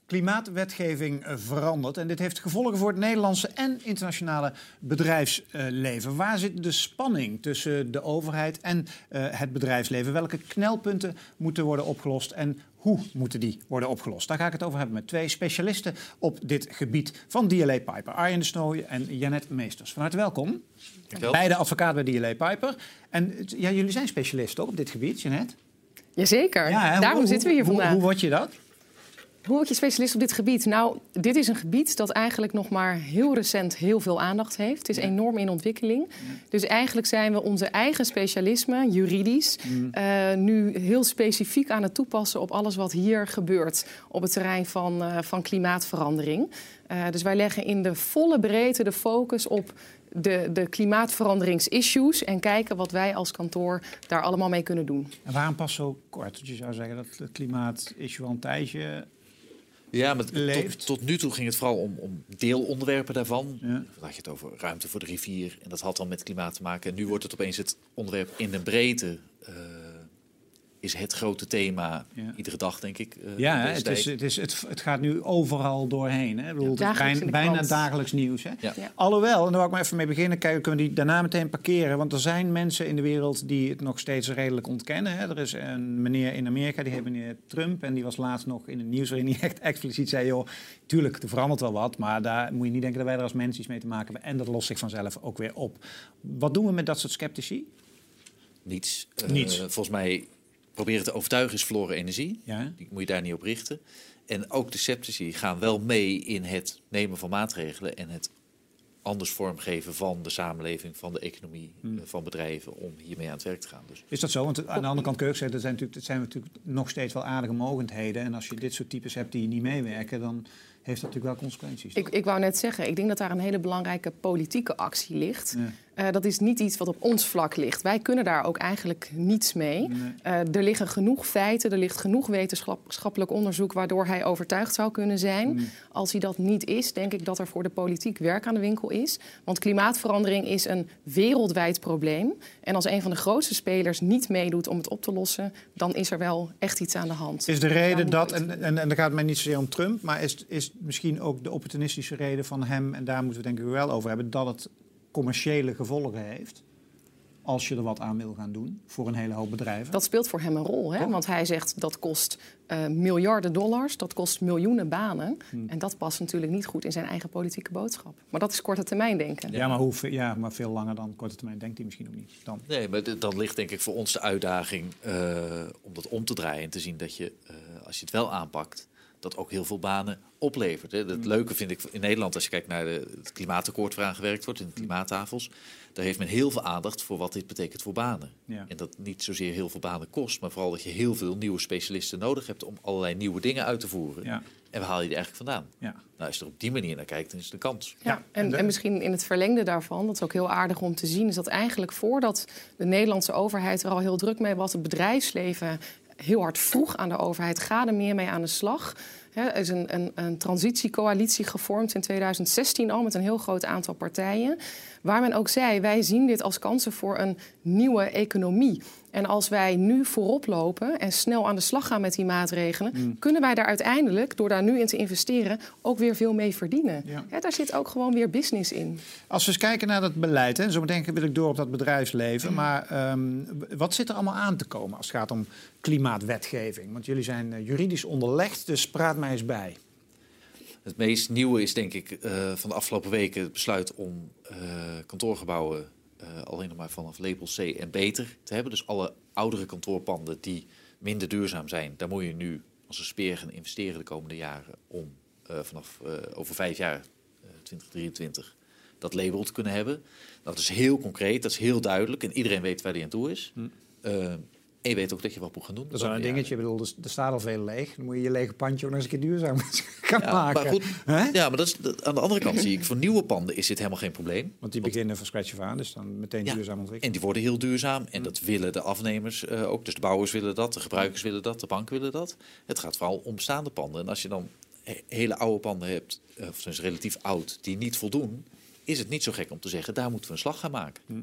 klimaatwetgeving verandert. En dit heeft gevolgen voor het Nederlandse en internationale bedrijfsleven. Waar zit de spanning tussen de overheid en het bedrijfsleven? Welke knelpunten moeten worden opgelost en hoe moeten die worden opgelost? Daar ga ik het over hebben met 2 specialisten op dit gebied van DLA Piper. Arjen de Snooijen en Jeannette Meesters. Van harte welkom. Beide advocaat bij DLA Piper. En ja, jullie zijn specialisten ook op dit gebied, Jeannette? Jazeker, daarom zitten we hier vandaag. Hoe word je dat? Hoe word je specialist op dit gebied? Nou, dit is een gebied dat eigenlijk nog maar heel recent heel veel aandacht heeft. Het is enorm in ontwikkeling. Dus eigenlijk zijn we onze eigen specialisme, juridisch, nu heel specifiek aan het toepassen op alles wat hier gebeurt op het terrein van klimaatverandering. Dus wij leggen in de volle breedte de focus op de klimaatveranderingsissues en kijken wat wij als kantoor daar allemaal mee kunnen doen. En waarom pas zo kort? Want je zou zeggen dat het klimaatissue al een tijdje maar tot nu toe ging het vooral om deelonderwerpen daarvan. Ja. Dan had je het over ruimte voor de rivier en dat had dan met klimaat te maken. En nu wordt het opeens het onderwerp in de breedte. Is het grote thema iedere dag, denk ik. Het gaat nu overal doorheen. Hè? Het is bijna dagelijks nieuws. Hè? Ja. Ja. Alhoewel, en daar wil ik maar even mee beginnen, kijken, kunnen we die daarna meteen parkeren. Want er zijn mensen in de wereld die het nog steeds redelijk ontkennen. Hè? Er is een meneer in Amerika, die heet meneer Trump. En die was laatst nog in het nieuws waarin hij echt expliciet zei, joh, tuurlijk, er verandert wel wat. Maar daar moet je niet denken dat wij er als mensen iets mee te maken hebben. En dat lost zich vanzelf ook weer op. Wat doen we met dat soort sceptici? Niets. Niets. Volgens mij proberen te overtuigen is verloren energie. Ja. Die moet je daar niet op richten. En ook de sceptici gaan wel mee in het nemen van maatregelen en het anders vormgeven van de samenleving, van de economie, van bedrijven om hiermee aan het werk te gaan. Dus. Is dat zo? Want aan de andere kant kun je ook zeggen, dat zijn natuurlijk nog steeds wel aardige mogendheden. En als je dit soort types hebt die niet meewerken, dan heeft dat natuurlijk wel consequenties. Ik wou net zeggen, ik denk dat daar een hele belangrijke politieke actie ligt. Ja. Dat is niet iets wat op ons vlak ligt. Wij kunnen daar ook eigenlijk niets mee. Nee. Er liggen genoeg feiten, er ligt genoeg wetenschappelijk onderzoek waardoor hij overtuigd zou kunnen zijn. Als hij dat niet is, denk ik dat er voor de politiek werk aan de winkel is. Want klimaatverandering is een wereldwijd probleem. En als een van de grootste spelers niet meedoet om het op te lossen, dan is er wel echt iets aan de hand. Is de reden dat, en dan gaat het mij niet zozeer om Trump, maar is misschien ook de opportunistische reden van hem, en daar moeten we denk ik wel over hebben, dat het commerciële gevolgen heeft als je er wat aan wil gaan doen voor een hele hoop bedrijven? Dat speelt voor hem een rol, hè? Want hij zegt dat kost miljarden dollars, dat kost miljoenen banen. En dat past natuurlijk niet goed in zijn eigen politieke boodschap. Maar dat is korte termijn denken. Ja, maar veel langer dan korte termijn denkt hij misschien ook niet. Dan. Nee, maar dan ligt denk ik voor ons de uitdaging om dat om te draaien en te zien dat je, als je het wel aanpakt, dat ook heel veel banen oplevert. Het leuke vind ik in Nederland, als je kijkt naar het klimaatakkoord waar aan gewerkt wordt, in de klimaattafels, daar heeft men heel veel aandacht voor wat dit betekent voor banen. Ja. En dat niet zozeer heel veel banen kost, maar vooral dat je heel veel nieuwe specialisten nodig hebt om allerlei nieuwe dingen uit te voeren. Ja. En waar haal je die eigenlijk vandaan? Ja. Nou, als je er op die manier naar kijkt, dan is het een kans. Ja, en misschien in het verlengde daarvan, dat is ook heel aardig om te zien, is dat eigenlijk voordat de Nederlandse overheid er al heel druk mee was, het bedrijfsleven heel hard vroeg aan de overheid, ga er meer mee aan de slag. Er is een transitiecoalitie gevormd in 2016 al met een heel groot aantal partijen. Waar men ook zei, wij zien dit als kansen voor een nieuwe economie. En als wij nu voorop lopen en snel aan de slag gaan met die maatregelen, kunnen wij daar uiteindelijk, door daar nu in te investeren, ook weer veel mee verdienen. Ja. Daar zit ook gewoon weer business in. Als we eens kijken naar dat beleid, hè, zo meteen wil ik door op dat bedrijfsleven. Maar wat zit er allemaal aan te komen als het gaat om klimaatwetgeving? Want jullie zijn juridisch onderlegd, dus praat mij eens bij. Het meest nieuwe is denk ik van de afgelopen weken het besluit om kantoorgebouwen alleen nog maar vanaf label C en beter te hebben. Dus alle oudere kantoorpanden die minder duurzaam zijn, daar moet je nu als een speer gaan investeren de komende jaren om vanaf over 5 jaar, 2023, dat label te kunnen hebben. Dat is heel concreet, dat is heel duidelijk en iedereen weet waar die aan toe is. En je weet ook dat je wat moet gaan doen. Dat is wel een dingetje. Ik bedoel, er staat al veel leeg. Dan moet je je lege pandje ook nog eens een keer duurzaam gaan maken. Maar goed, maar dat is, aan de andere kant zie ik, voor nieuwe panden is dit helemaal geen probleem. Want die beginnen van scratch af aan, dus dan meteen duurzaam ontwikkelen. En die worden heel duurzaam. En dat willen de afnemers ook. Dus de bouwers willen dat, de gebruikers willen dat, de banken willen dat. Het gaat vooral om bestaande panden. En als je dan hele oude panden hebt, of dus relatief oud, die niet voldoen, is het niet zo gek om te zeggen, daar moeten we een slag gaan maken.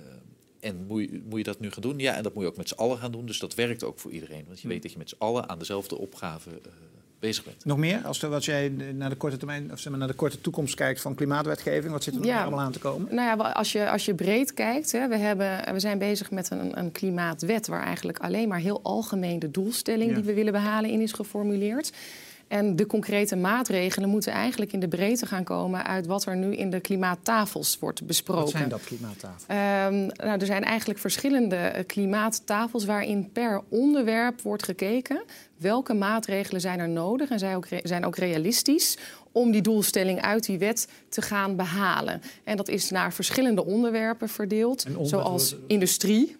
En moet je dat nu gaan doen? Ja, en dat moet je ook met z'n allen gaan doen. Dus dat werkt ook voor iedereen. Want je weet dat je met z'n allen aan dezelfde opgave bezig bent. Nog meer? Als jij naar de korte termijn, of zeg maar, naar de korte toekomst kijkt van klimaatwetgeving, wat zit er nog meer allemaal aan te komen? Nou ja, als je breed kijkt, hè, we zijn bezig met een klimaatwet waar eigenlijk alleen maar heel algemeen de doelstelling die we willen behalen in is geformuleerd. En de concrete maatregelen moeten eigenlijk in de breedte gaan komen uit wat er nu in de klimaattafels wordt besproken. Wat zijn dat, klimaattafels? Er zijn eigenlijk verschillende klimaattafels waarin per onderwerp wordt gekeken welke maatregelen zijn er nodig en zijn ook realistisch om die doelstelling uit die wet te gaan behalen. En dat is naar verschillende onderwerpen verdeeld, zoals industrie,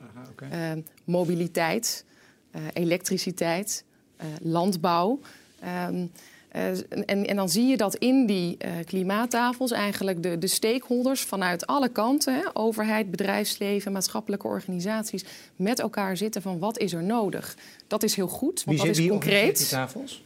mobiliteit, elektriciteit, landbouw. En dan zie je dat in die klimaattafels eigenlijk de stakeholders vanuit alle kanten, hè, overheid, bedrijfsleven, maatschappelijke organisaties, met elkaar zitten van wat is er nodig. Dat is heel goed, want dat is concreet. Die tafels?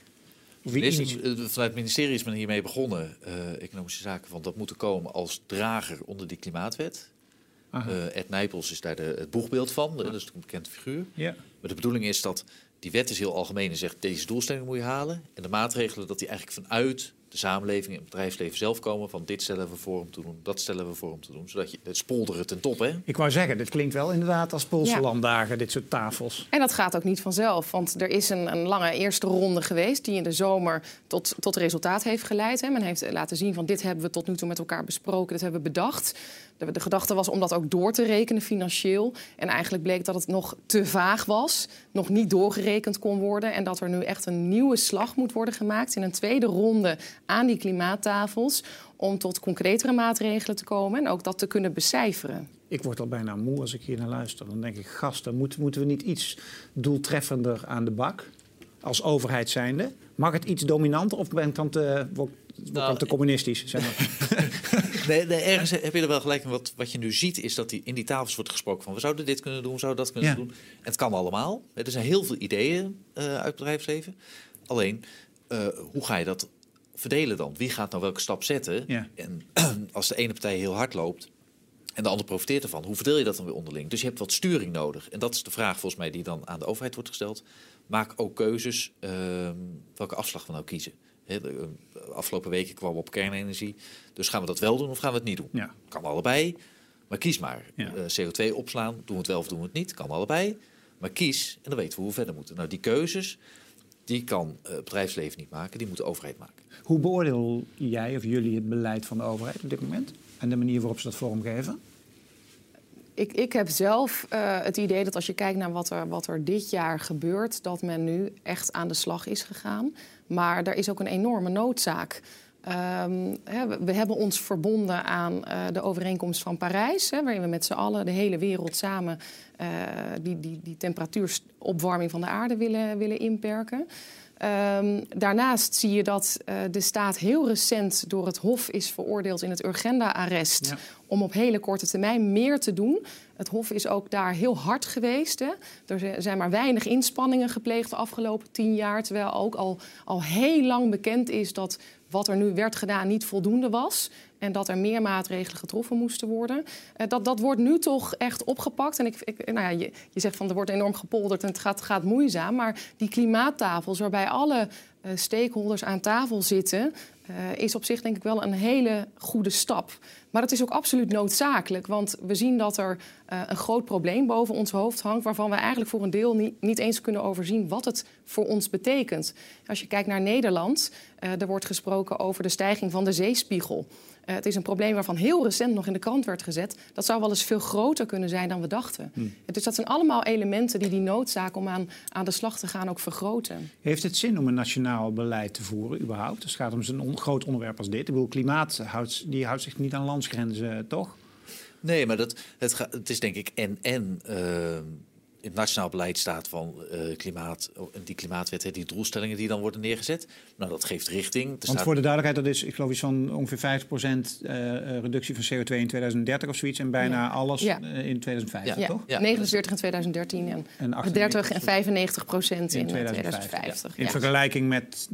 Vanuit het ministerie is men hiermee begonnen, economische zaken, van dat moeten komen als drager onder die klimaatwet. Ed Nijpels is daar het boegbeeld van, dat is een bekende figuur. Ja. Maar de bedoeling is dat die wet is heel algemeen en zegt deze doelstelling moet je halen. En de maatregelen dat die eigenlijk vanuit de samenleving en het bedrijfsleven zelf komen van dit stellen we voor om te doen, dat stellen we voor om te doen. Zodat je het spolderen ten top, hè? Ik wou zeggen, dit klinkt wel inderdaad als Poolse landdagen, dit soort tafels. En dat gaat ook niet vanzelf, want er is een lange eerste ronde geweest die in de zomer tot resultaat heeft geleid. Hè. Men heeft laten zien van dit hebben we tot nu toe met elkaar besproken, dit hebben we bedacht. De gedachte was om dat ook door te rekenen financieel. En eigenlijk bleek dat het nog te vaag was, nog niet doorgerekend kon worden. En dat er nu echt een nieuwe slag moet worden gemaakt in een tweede ronde aan die klimaattafels om tot concretere maatregelen te komen en ook dat te kunnen becijferen. Ik word al bijna moe als ik hier naar luister. Dan denk ik, gasten, moeten we niet iets doeltreffender aan de bak als overheid zijnde? Mag het iets dominanter of ben ik dan te communistisch? Zeg maar. Nee, ergens heb je er wel gelijk in. Wat je nu ziet is dat in die tafels wordt gesproken van we zouden dit kunnen doen, we zouden dat kunnen doen. En het kan allemaal. Er zijn heel veel ideeën uit het bedrijfsleven. Alleen, hoe ga je dat verdelen dan? Wie gaat nou welke stap zetten? Ja. En als de ene partij heel hard loopt en de andere profiteert ervan, hoe verdeel je dat dan weer onderling? Dus je hebt wat sturing nodig. En dat is de vraag volgens mij die dan aan de overheid wordt gesteld. Maak ook keuzes welke afslag we nou kiezen. De afgelopen weken kwamen we op kernenergie. Dus gaan we dat wel doen of gaan we het niet doen? Ja. Kan allebei, maar kies maar. Ja. CO2 opslaan, doen we het wel of doen we het niet? Kan allebei, maar kies en dan weten we hoe we verder moeten. Nou, die keuzes, die kan het bedrijfsleven niet maken, die moet de overheid maken. Hoe beoordeel jij of jullie het beleid van de overheid op dit moment? En de manier waarop ze dat vormgeven? Ik heb zelf het idee dat als je kijkt naar wat er dit jaar gebeurt, dat men nu echt aan de slag is gegaan. Maar er is ook een enorme noodzaak. We hebben ons verbonden aan de overeenkomst van Parijs, waarin we met z'n allen, de hele wereld samen, die temperatuuropwarming van de aarde willen inperken. Daarnaast zie je dat de staat heel recent door het Hof is veroordeeld in het Urgenda-arrest om op hele korte termijn meer te doen. Het Hof is ook daar heel hard geweest. Hè. Er zijn maar weinig inspanningen gepleegd de afgelopen 10 jaar... terwijl ook al heel lang bekend is dat wat er nu werd gedaan niet voldoende was en dat er meer maatregelen getroffen moesten worden. Dat wordt nu toch echt opgepakt. En je zegt van er wordt enorm gepolderd en het gaat moeizaam. Maar die klimaattafels waarbij alle stakeholders aan tafel zitten, is op zich denk ik wel een hele goede stap. Maar het is ook absoluut noodzakelijk. Want we zien dat er een groot probleem boven ons hoofd hangt, waarvan we eigenlijk voor een deel niet eens kunnen overzien wat het voor ons betekent. Als je kijkt naar Nederland, er wordt gesproken over de stijging van de zeespiegel. Het is een probleem waarvan heel recent nog in de krant werd gezet. Dat zou wel eens veel groter kunnen zijn dan we dachten. Dus dat zijn allemaal elementen die noodzaak om aan de slag te gaan ook vergroten. Heeft het zin om een nationaal beleid te voeren überhaupt? Dus het gaat om zo'n groot onderwerp als dit. Ik bedoel, klimaat houdt zich niet aan landsgrenzen, toch? Nee, maar het is denk ik in het nationaal beleid staat van die klimaatwet, die doelstellingen die dan worden neergezet. Nou, dat geeft richting. Want voor de duidelijkheid, dat is, ik geloof, iets van ongeveer 50% reductie van CO2 in 2030 of zoiets en bijna alles in 2050, toch? Ja. 49 in 2013 en 30 en 95% in 2050. In vergelijking met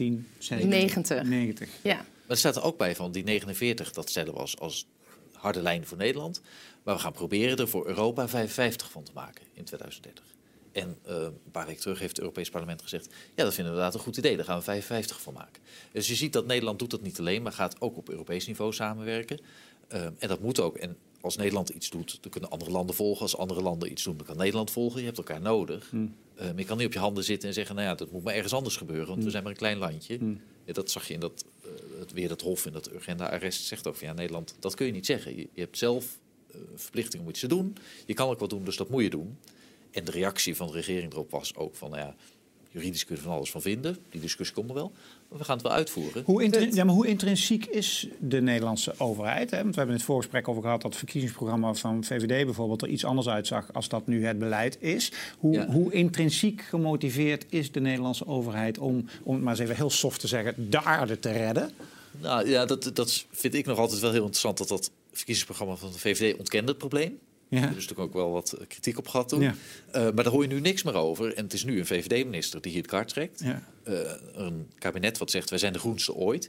1990. Ja. Maar er staat er ook bij van die 49, dat stellen we als harde lijn voor Nederland. Maar we gaan proberen er voor Europa 55 van te maken in 2030. En een paar weken terug heeft het Europees Parlement gezegd... ja, dat vinden we inderdaad een goed idee, daar gaan we 55 van maken. Dus je ziet dat Nederland doet dat niet alleen... maar gaat ook op Europees niveau samenwerken. En dat moet ook. En als Nederland iets doet, dan kunnen andere landen volgen. Als andere landen iets doen, dan kan Nederland volgen. Je hebt elkaar nodig. Maar je kan niet op je handen zitten en zeggen... nou ja, dat moet maar ergens anders gebeuren, want we zijn maar een klein landje. Ja, dat zag je in dat Hof in dat Urgenda-arrest zegt ook van... ja, Nederland, dat kun je niet zeggen. Je hebt zelf verplichting om iets te doen. Je kan ook wat doen, dus dat moet je doen. En de reactie van de regering erop was ook van... nou ja, juridisch kun je er van alles van vinden. Die discussie komt er wel. Maar we gaan het wel uitvoeren. Hoe intrinsiek is de Nederlandse overheid? Hè? Want we hebben in het voorgesprek over gehad... dat het verkiezingsprogramma van VVD bijvoorbeeld... er iets anders uitzag als dat nu het beleid is. Hoe intrinsiek gemotiveerd is de Nederlandse overheid... om het maar eens even heel soft te zeggen... de aarde te redden? Nou ja, dat vind ik nog altijd wel heel interessant... dat verkiezingsprogramma van de VVD ontkende het probleem. Ja. Er is natuurlijk ook wel wat kritiek op gehad toen. Ja. Maar daar hoor je nu niks meer over. En het is nu een VVD-minister die hier het kaart trekt. Ja. Een kabinet wat zegt, wij zijn de groenste ooit.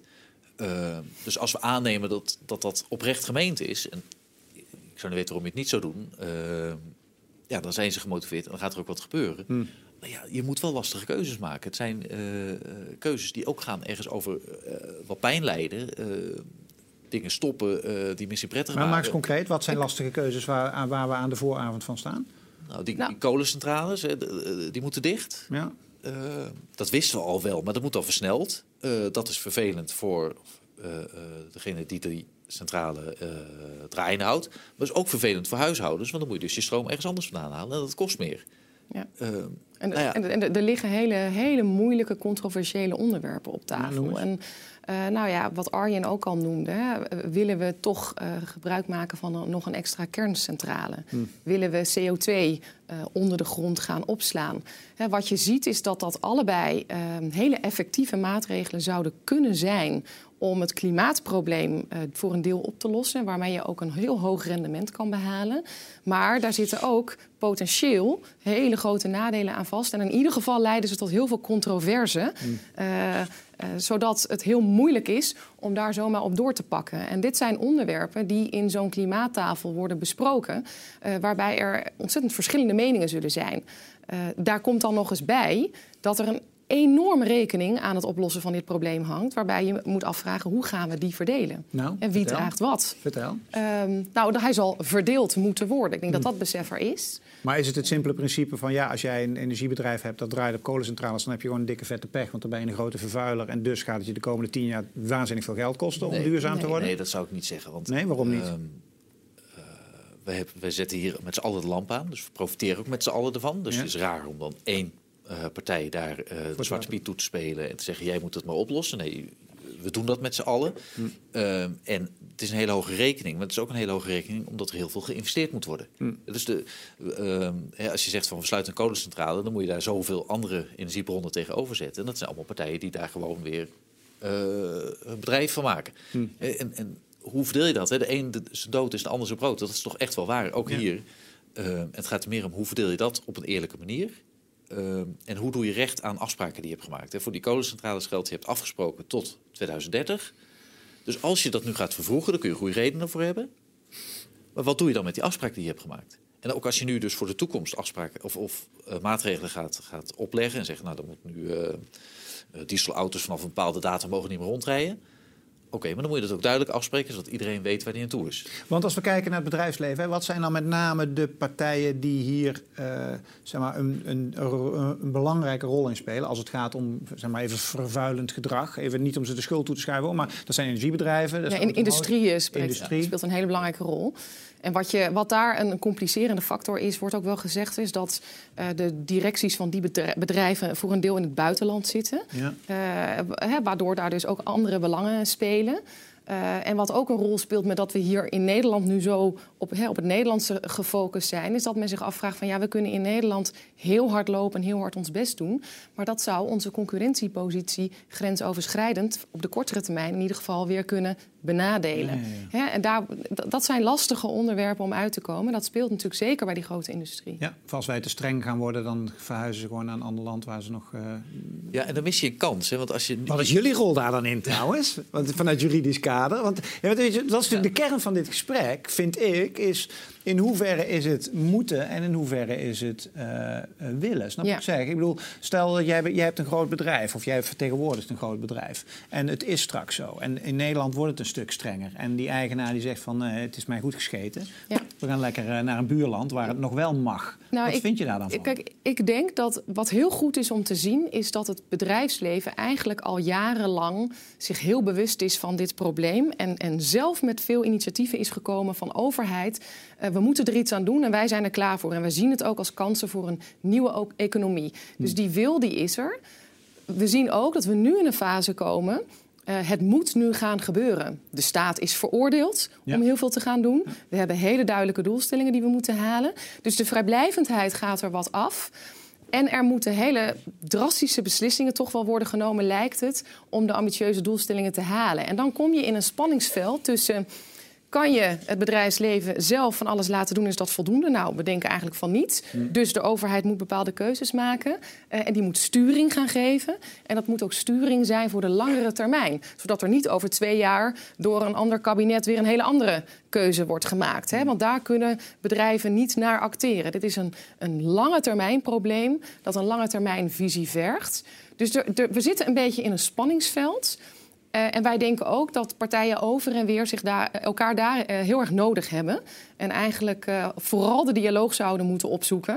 Dus als we aannemen dat oprecht gemeend is... en ik zou niet weten waarom je het niet zou doen... ja, dan zijn ze gemotiveerd en dan gaat er ook wat gebeuren. Maar ja, je moet wel lastige keuzes maken. Het zijn keuzes die ook gaan ergens over wat pijn lijden... dingen stoppen die misschien prettig waren. Maar maak eens concreet, wat zijn lastige keuzes waar we aan de vooravond van staan? Nou, die kolencentrales, die moeten dicht. Ja. Dat wisten we al wel, maar dat moet al versneld. Dat is vervelend voor degene die die centrale draaiende houdt. Maar het is ook vervelend voor huishoudens, want dan moet je dus je stroom ergens anders vandaan halen. En dat kost meer. Ja. En er liggen hele moeilijke, controversiële onderwerpen op tafel. Nou ja, wat Arjen ook al noemde, hè, willen we toch gebruik maken van nog een extra kerncentrale? Willen we CO2 onder de grond gaan opslaan? Hè, wat je ziet is dat allebei hele effectieve maatregelen zouden kunnen zijn om het klimaatprobleem voor een deel op te lossen, waarmee je ook een heel hoog rendement kan behalen. Maar daar zitten ook potentieel hele grote nadelen aan vast. En in ieder geval leiden ze tot heel veel controverse. Zodat het heel moeilijk is om daar zomaar op door te pakken. En dit zijn onderwerpen die in zo'n klimaattafel worden besproken, waarbij er ontzettend verschillende meningen zullen zijn. Daar komt dan nog eens bij dat er een enorme rekening aan het oplossen van dit probleem hangt, waarbij je moet afvragen hoe gaan we die verdelen? Nou, en wie draagt wat? Vertel. Nou, hij zal verdeeld moeten worden. Ik denk dat dat besef er is. Maar is het simpele principe van ja, als jij een energiebedrijf hebt dat draait op kolencentrales, dan heb je gewoon een dikke vette pech, want dan ben je een grote vervuiler en dus gaat het je de komende 10 jaar waanzinnig veel geld kosten om duurzaam te worden? Nee, dat zou ik niet zeggen. Want, nee, waarom niet? We zetten hier met z'n allen de lamp aan, dus we profiteren ook met z'n allen ervan. Dus het is raar om dan één partij daar de Zwarte Piet toe te spelen en te zeggen, jij moet het maar oplossen. Nee, we doen dat met z'n allen. En het is een hele hoge rekening, maar het is ook een hele hoge rekening omdat er heel veel geïnvesteerd moet worden. Dus als je zegt van we sluiten een kolencentrale, dan moet je daar zoveel andere energiebronnen tegenover zetten. En dat zijn allemaal partijen die daar gewoon weer een bedrijf van maken. En hoe verdeel je dat? Hè? De een zijn dood is de ander zijn brood. Dat is toch echt wel waar, ook hier. Het gaat er meer om hoe verdeel je dat op een eerlijke manier. En hoe doe je recht aan afspraken die je hebt gemaakt. Hè? Voor die kolencentrales geldt, je hebt afgesproken tot 2030. Dus als je dat nu gaat vervroegen, dan kun je goede redenen voor hebben. Maar wat doe je dan met die afspraken die je hebt gemaakt? En ook als je nu dus voor de toekomst afspraken of maatregelen gaat opleggen en zeggen, nou dan moet nu dieselauto's vanaf een bepaalde datum mogen niet meer rondrijden. Oké, maar dan moet je dat ook duidelijk afspreken, zodat iedereen weet waar die aan toe is. Want als we kijken naar het bedrijfsleven, hè, wat zijn dan met name de partijen die hier zeg maar een belangrijke rol in spelen? Als het gaat om zeg maar even vervuilend gedrag. Even niet om ze de schuld toe te schuiven, maar dat zijn energiebedrijven. Dat industrie speelt een hele belangrijke rol. En wat daar een complicerende factor is, wordt ook wel gezegd, is dat de directies van die bedrijven voor een deel in het buitenland zitten. Ja. Waardoor daar dus ook andere belangen spelen. En wat ook een rol speelt met dat we hier in Nederland nu zo op het Nederlandse gefocust zijn, is dat men zich afvraagt van ja, we kunnen in Nederland heel hard lopen en heel hard ons best doen. Maar dat zou onze concurrentiepositie grensoverschrijdend op de kortere termijn in ieder geval weer kunnen benadelen. Ja, en dat zijn lastige onderwerpen om uit te komen. Dat speelt natuurlijk zeker bij die grote industrie. Ja, als wij te streng gaan worden, dan verhuizen ze gewoon naar een ander land waar ze nog... Ja, en dan mis je een kans. Hè? Want als je... Wat is jullie rol daar dan in trouwens? Want vanuit juridisch kader. Want weet je, dat is natuurlijk de kern van dit gesprek, vind ik, is in hoeverre is het moeten en in hoeverre is het willen. Snap je wat ik zeg? Ik bedoel, stel dat jij hebt een groot bedrijf of jij vertegenwoordigt een groot bedrijf. En het is straks zo. En in Nederland wordt het een stuk strenger. En die eigenaar die zegt van het is mij goed gescheten. Ja. We gaan lekker naar een buurland waar het nog wel mag. Nou, wat vind je daar dan van? Kijk, ik denk dat wat heel goed is om te zien is dat het bedrijfsleven eigenlijk al jarenlang zich heel bewust is van dit probleem. En zelf met veel initiatieven is gekomen van overheid. We moeten er iets aan doen en wij zijn er klaar voor. En we zien het ook als kansen voor een nieuwe economie. Dus die wil, die is er. We zien ook dat we nu in een fase komen. Het moet nu gaan gebeuren. De staat is veroordeeld om heel veel te gaan doen. We hebben hele duidelijke doelstellingen die we moeten halen. Dus de vrijblijvendheid gaat er wat af. En er moeten hele drastische beslissingen toch wel worden genomen, lijkt het, om de ambitieuze doelstellingen te halen. En dan kom je in een spanningsveld tussen... Kan je het bedrijfsleven zelf van alles laten doen? Is dat voldoende? Nou, we denken eigenlijk van niet. Dus de overheid moet bepaalde keuzes maken. En die moet sturing gaan geven. En dat moet ook sturing zijn voor de langere termijn. Zodat er niet over 2 jaar door een ander kabinet weer een hele andere keuze wordt gemaakt. Hè? Want daar kunnen bedrijven niet naar acteren. Dit is een lange termijn probleem dat een lange termijn visie vergt. Dus we zitten een beetje in een spanningsveld. En wij denken ook dat partijen over en weer elkaar daar heel erg nodig hebben. En eigenlijk vooral de dialoog zouden moeten opzoeken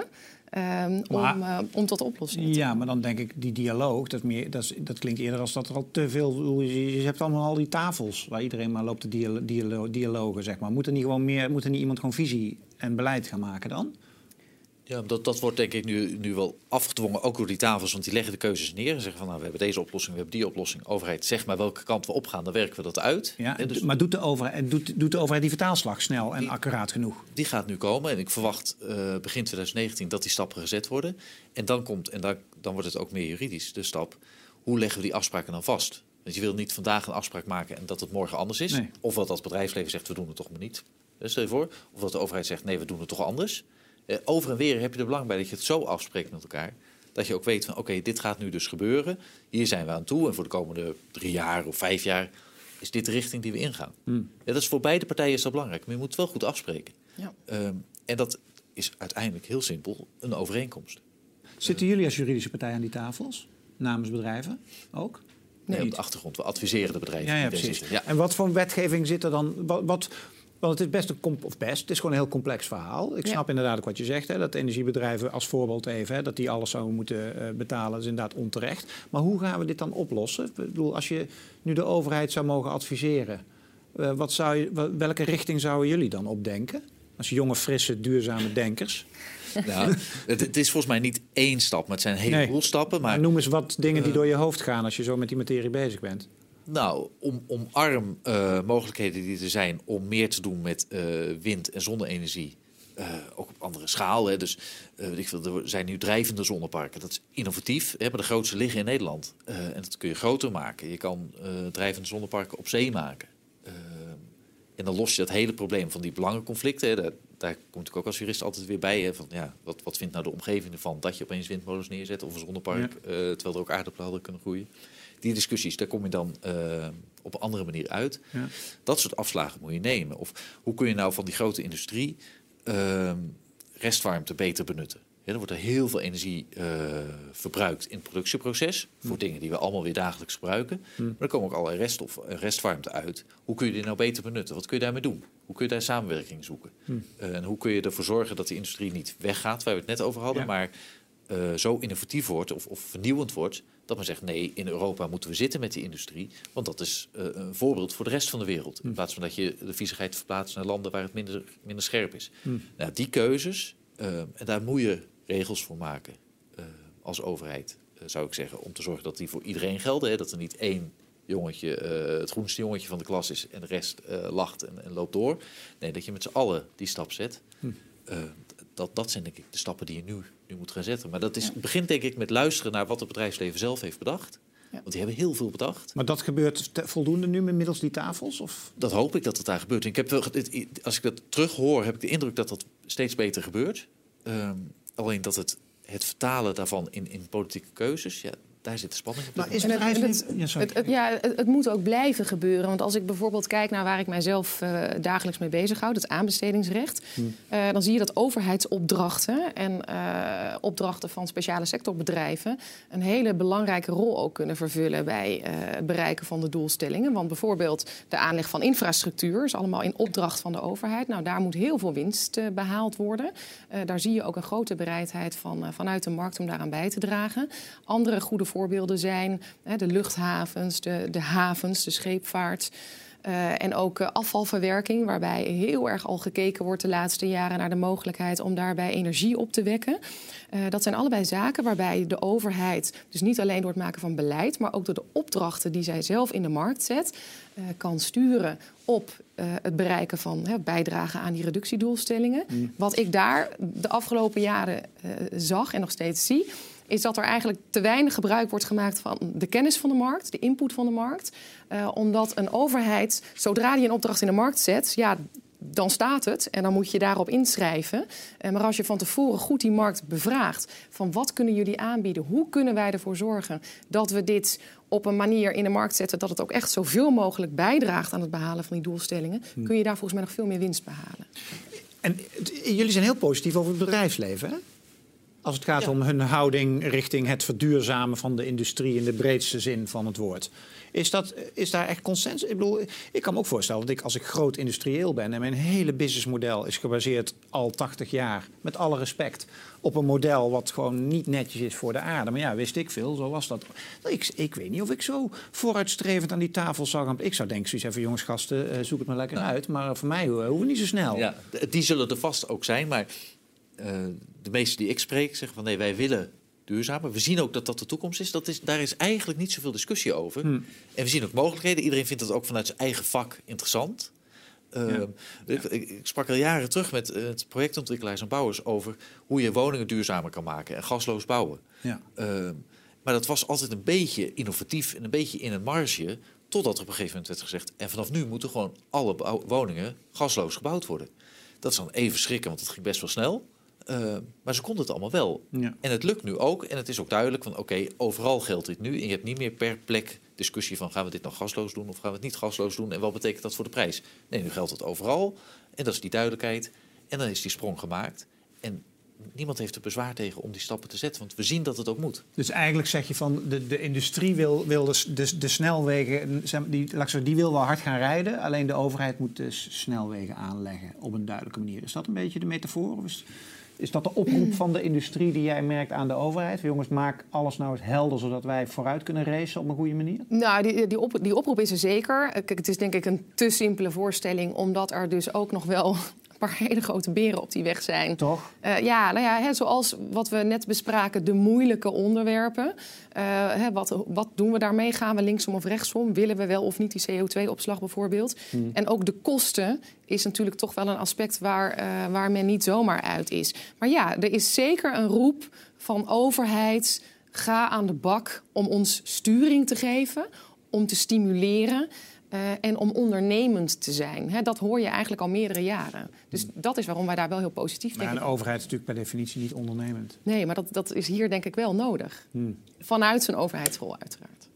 om tot oplossingen te komen. Ja, maar dan denk ik, die dialoog, dat klinkt eerder als dat er al te veel... Je hebt allemaal al die tafels waar iedereen maar loopt te dialogen, zeg maar. Moet er niet iemand gewoon visie en beleid gaan maken dan? Ja, dat wordt denk ik nu wel afgedwongen, ook door die tafels, want die leggen de keuzes neer en zeggen van nou, we hebben deze oplossing, we hebben die oplossing. Overheid, zeg maar welke kant we opgaan, dan werken we dat uit. Ja, dus... Maar doet de overheid die vertaalslag snel en accuraat genoeg? Die gaat nu komen en ik verwacht begin 2019 dat die stappen gezet worden. En dan wordt het ook meer juridisch, de stap. Hoe leggen we die afspraken dan vast? Want je wil niet vandaag een afspraak maken en dat het morgen anders is. Nee. Of dat bedrijfsleven zegt, we doen het toch maar niet. Stel je voor. Of dat de overheid zegt, nee, we doen het toch anders. Over en weer heb je er belang bij dat je het zo afspreekt met elkaar. Dat je ook weet van oké, dit gaat nu dus gebeuren. Hier zijn we aan toe. En voor de komende 3 jaar of 5 jaar is dit de richting die we ingaan. Ja, dat is voor beide partijen is dat belangrijk. Maar je moet het wel goed afspreken. Ja. En dat is uiteindelijk heel simpel een overeenkomst. Zitten jullie als juridische partij aan die tafels? Namens bedrijven ook? Nee, op de achtergrond. We adviseren de bedrijven. Ja, precies. Ja. En wat voor wetgeving zit er dan... Want het is het is gewoon een heel complex verhaal. Ik snap inderdaad ook wat je zegt, hè, dat energiebedrijven als voorbeeld even... Hè, dat die alles zouden moeten betalen, dat is inderdaad onterecht. Maar hoe gaan we dit dan oplossen? Ik bedoel, als je nu de overheid zou mogen adviseren... welke richting zouden jullie dan opdenken? Als jonge, frisse, duurzame denkers... Nou, het is volgens mij niet 1 stap, maar het zijn een heleboel stappen. Maar noem eens wat dingen die door je hoofd gaan als je zo met die materie bezig bent. Nou, omarm mogelijkheden die er zijn om meer te doen met wind- en zonne-energie. Ook op andere schaal. Hè. Dus er zijn nu drijvende zonneparken. Dat is innovatief. Maar de grootste liggen in Nederland. En dat kun je groter maken. Je kan drijvende zonneparken op zee maken. En dan los je dat hele probleem van die belangenconflicten. Hè. Daar komt natuurlijk ook als jurist altijd weer bij. Hè, van, ja, wat vindt nou de omgeving ervan dat je opeens windmolens neerzet of een zonnepark, terwijl er ook aardappelen hadden kunnen groeien. Die discussies, daar kom je dan op een andere manier uit. Ja. Dat soort afslagen moet je nemen. Of hoe kun je nou van die grote industrie restwarmte beter benutten? Ja, dan wordt er heel veel energie verbruikt in het productieproces. Voor dingen die we allemaal weer dagelijks gebruiken. Maar er komen ook allerlei restwarmte uit. Hoe kun je die nou beter benutten? Wat kun je daarmee doen? Hoe kun je daar samenwerking zoeken? En hoe kun je ervoor zorgen dat die industrie niet weggaat, waar we het net over hadden, maar zo innovatief wordt of vernieuwend wordt, dat men zegt, nee, in Europa moeten we zitten met die industrie, want dat is een voorbeeld voor de rest van de wereld. In plaats van dat je de viezigheid verplaatst naar landen waar het minder scherp is. Nou, die keuzes, en daar moet je regels voor maken als overheid, zou ik zeggen, om te zorgen dat die voor iedereen gelden. Hè, dat er niet 1 jongetje, het groenste jongetje van de klas is en de rest lacht en loopt door. Nee, dat je met z'n allen die stap zet. Dat zijn denk ik de stappen die je nu moet gaan zetten. Maar het begint denk ik met luisteren naar wat het bedrijfsleven zelf heeft bedacht. Ja. Want die hebben heel veel bedacht. Maar dat gebeurt voldoende nu middels die tafels? Of? Dat hoop ik dat het daar gebeurt. En ik heb wel, als ik dat terug hoor, heb ik de indruk dat dat steeds beter gebeurt. Alleen dat het vertalen daarvan in politieke keuzes... Ja, daar zit de spanning op. Nou, is het moet ook blijven gebeuren. Want als ik bijvoorbeeld kijk naar waar ik mijzelf dagelijks mee bezighoud... het aanbestedingsrecht... dan zie je dat overheidsopdrachten... en opdrachten van speciale sectorbedrijven... een hele belangrijke rol ook kunnen vervullen... bij het bereiken van de doelstellingen. Want bijvoorbeeld de aanleg van infrastructuur... is allemaal in opdracht van de overheid. Nou, daar moet heel veel winst behaald worden. Daar zie je ook een grote bereidheid vanuit de markt... om daaraan bij te dragen. Andere goede voorbeelden zijn de luchthavens, de havens, de scheepvaart... en ook afvalverwerking, waarbij heel erg al gekeken wordt de laatste jaren... naar de mogelijkheid om daarbij energie op te wekken. Dat zijn allebei zaken waarbij de overheid... dus niet alleen door het maken van beleid... maar ook door de opdrachten die zij zelf in de markt zet... kan sturen op het bereiken van bijdragen aan die reductiedoelstellingen. Wat ik daar de afgelopen jaren zag en nog steeds zie... is dat er eigenlijk te weinig gebruik wordt gemaakt van de kennis van de markt, de input van de markt. Omdat een overheid, zodra die een opdracht in de markt zet, ja, dan staat het en dan moet je daarop inschrijven. Maar als je van tevoren goed die markt bevraagt van wat kunnen jullie aanbieden, hoe kunnen wij ervoor zorgen dat we dit op een manier in de markt zetten dat het ook echt zoveel mogelijk bijdraagt aan het behalen van die doelstellingen, kun je daar volgens mij nog veel meer winst behalen. En jullie zijn heel positief over het bedrijfsleven, hè? Als het gaat om hun houding richting het verduurzamen van de industrie in de breedste zin van het woord. Is daar echt consensus? Ik bedoel, ik kan me ook voorstellen dat als ik groot industrieel ben en mijn hele businessmodel is gebaseerd al 80 jaar, met alle respect, op een model wat gewoon niet netjes is voor de aarde. Maar ja, wist ik veel, zo was dat. Ik weet niet of ik zo vooruitstrevend aan die tafel zou gaan. Ik zou denken, zoiets even, jongens, gasten, zoek het maar lekker uit. Maar voor mij hoeven we niet zo snel. Ja, die zullen er vast ook zijn, maar de meesten die ik spreek zeggen van nee, wij willen duurzamer. We zien ook dat dat de toekomst is. Daar is eigenlijk niet zoveel discussie over. En we zien ook mogelijkheden. Iedereen vindt dat ook vanuit zijn eigen vak interessant. Ik sprak al jaren terug met projectontwikkelaars en bouwers over hoe je woningen duurzamer kan maken en gasloos bouwen. Ja. Maar dat was altijd een beetje innovatief en een beetje in een marge, totdat er op een gegeven moment werd gezegd, en vanaf nu moeten gewoon alle woningen gasloos gebouwd worden. Dat is dan even schrikken, want het ging best wel snel. Maar ze konden het allemaal wel. Ja. En het lukt nu ook. En het is ook duidelijk van oké, overal geldt dit nu. En je hebt niet meer per plek discussie van gaan we dit nou gasloos doen of gaan we het niet gasloos doen? En wat betekent dat voor de prijs? Nee, nu geldt het overal. En dat is die duidelijkheid. En dan is die sprong gemaakt. En niemand heeft er bezwaar tegen om die stappen te zetten. Want we zien dat het ook moet. Dus eigenlijk zeg je van de industrie wil de snelwegen, die wil wel hard gaan rijden. Alleen de overheid moet de snelwegen aanleggen op een duidelijke manier. Is dat een beetje de metafoor? Of is dat de oproep van de industrie die jij merkt aan de overheid? Jongens, maak alles nou eens helder, zodat wij vooruit kunnen racen op een goede manier? Nou, die oproep is er zeker. Kijk, het is denk ik een te simpele voorstelling, omdat er dus ook nog wel een paar hele grote beren op die weg zijn. Toch? Zoals wat we net bespraken, de moeilijke onderwerpen. Wat doen we daarmee? Gaan we linksom of rechtsom? Willen we wel of niet die CO2-opslag bijvoorbeeld? En ook de kosten is natuurlijk toch wel een aspect waar men niet zomaar uit is. Maar ja, er is zeker een roep van overheid, ga aan de bak om ons sturing te geven, om te stimuleren. En om ondernemend te zijn. Dat hoor je eigenlijk al meerdere jaren. Dus dat is waarom wij daar wel heel positief tegen zijn. Maar een overheid is natuurlijk per definitie niet ondernemend. Nee, maar dat is hier denk ik wel nodig. Vanuit zijn overheidsrol uiteraard.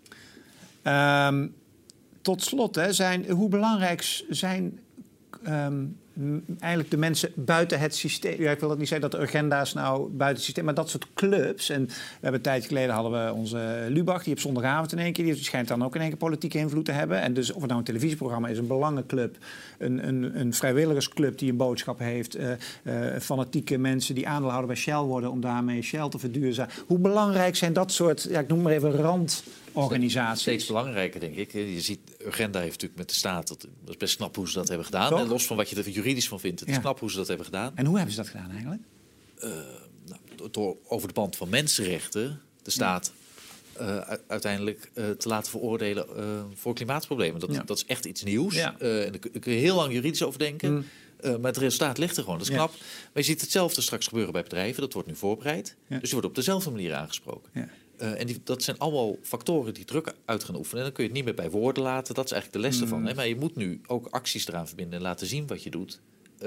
Tot slot, hoe belangrijk zijn eigenlijk de mensen buiten het systeem. Ja, ik wil dat niet zeggen dat de agenda's nou buiten het systeem, maar dat soort clubs. En we hebben een tijdje geleden hadden we onze Lubach, die op zondagavond in één keer, die schijnt dan ook in één keer politieke invloed te hebben. En dus of het nou een televisieprogramma is, een belangenclub, een vrijwilligersclub die een boodschap heeft, fanatieke mensen die aandeelhouder bij Shell worden om daarmee Shell te verduurzamen. Hoe belangrijk zijn dat soort, ik noem maar even randorganisaties? Steeds belangrijker, denk ik. Je ziet, Urgenda heeft natuurlijk met de staat, dat is best knap hoe ze dat hebben gedaan. En los van wat je er juridisch van vindt, het is knap hoe ze dat hebben gedaan. En hoe hebben ze dat gedaan eigenlijk? Door over de band van mensenrechten de staat uiteindelijk te laten veroordelen voor klimaatproblemen. Dat is echt iets nieuws. Ja. En daar kun je heel lang juridisch over denken. Maar het resultaat ligt er gewoon, dat is knap. Maar je ziet hetzelfde straks gebeuren bij bedrijven. Dat wordt nu voorbereid. Dus je wordt op dezelfde manier aangesproken. En dat zijn allemaal factoren die druk uit gaan oefenen. En dan kun je het niet meer bij woorden laten. Dat is eigenlijk de les ervan. Hè? Maar je moet nu ook acties eraan verbinden en laten zien wat je doet.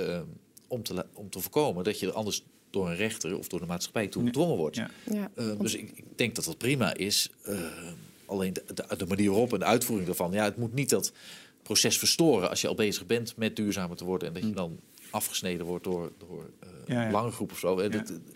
Om te voorkomen dat je er anders door een rechter of door de maatschappij toe gedwongen wordt. Ja. Dus ik denk dat dat prima is. Alleen de manier waarop en de uitvoering daarvan. Ja, het moet niet dat proces verstoren als je al bezig bent met duurzamer te worden. En dat je dan afgesneden wordt door een lange groep of zo.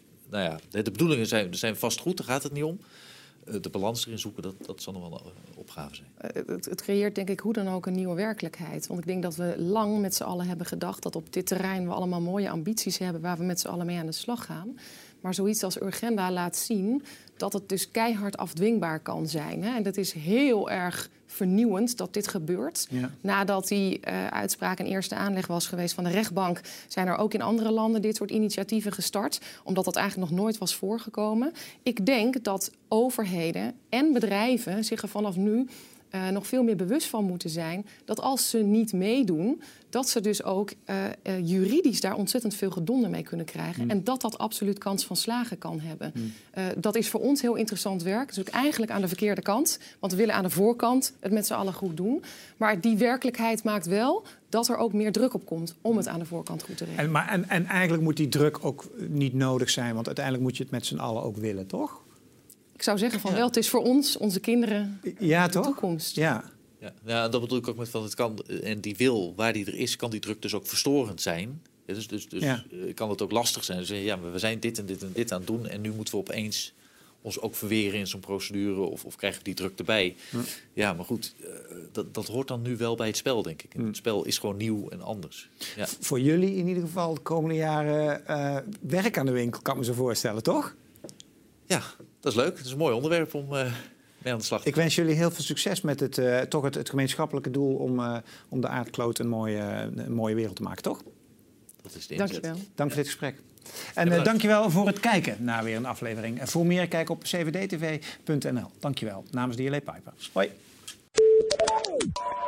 De bedoelingen zijn vast goed, daar gaat het niet om. De balans erin zoeken, dat zal nog wel een opgave zijn. Het creëert denk ik hoe dan ook een nieuwe werkelijkheid. Want ik denk dat we lang met z'n allen hebben gedacht dat op dit terrein we allemaal mooie ambities hebben waar we met z'n allen mee aan de slag gaan. Maar zoiets als Urgenda laat zien dat het dus keihard afdwingbaar kan zijn. Hè? En dat is heel erg vernieuwend dat dit gebeurt. Ja. Nadat die uitspraak een eerste aanleg was geweest van de rechtbank, zijn er ook in andere landen dit soort initiatieven gestart, omdat dat eigenlijk nog nooit was voorgekomen. Ik denk dat overheden en bedrijven zich er vanaf nu nog veel meer bewust van moeten zijn dat als ze niet meedoen, dat ze dus ook juridisch daar ontzettend veel gedonder mee kunnen krijgen. En dat absoluut kans van slagen kan hebben. Dat is voor ons heel interessant werk. Dus ook eigenlijk aan de verkeerde kant. Want we willen aan de voorkant het met z'n allen goed doen. Maar die werkelijkheid maakt wel dat er ook meer druk op komt om het aan de voorkant goed te regelen. En eigenlijk moet die druk ook niet nodig zijn. Want uiteindelijk moet je het met z'n allen ook willen, toch? Ik zou zeggen van wel, het is voor ons, onze kinderen, de toekomst. Ja, dat bedoel ik ook met van het kan. En die wil, waar die er is, kan die druk dus ook verstorend zijn. Ja, dus kan het ook lastig zijn. Dus we zijn dit en dit en dit aan het doen. En nu moeten we opeens ons ook verweren in zo'n procedure. Of krijgen we die druk erbij. Ja, maar goed, dat hoort dan nu wel bij het spel, denk ik. En het spel is gewoon nieuw en anders. Ja. Voor jullie in ieder geval de komende jaren werk aan de winkel, kan ik me zo voorstellen, toch? Ja, dat is leuk. Het is een mooi onderwerp om mee aan de slag te gaan. Ik wens jullie heel veel succes met het gemeenschappelijke doel om de aardkloot een mooie wereld te maken, toch? Dat is de inzet. Dankjewel. Dank voor dit gesprek. En dankjewel voor het kijken naar weer een aflevering. En voor meer kijk op cvdtv.nl. Dankjewel. Namens DLA Piper. Hoi.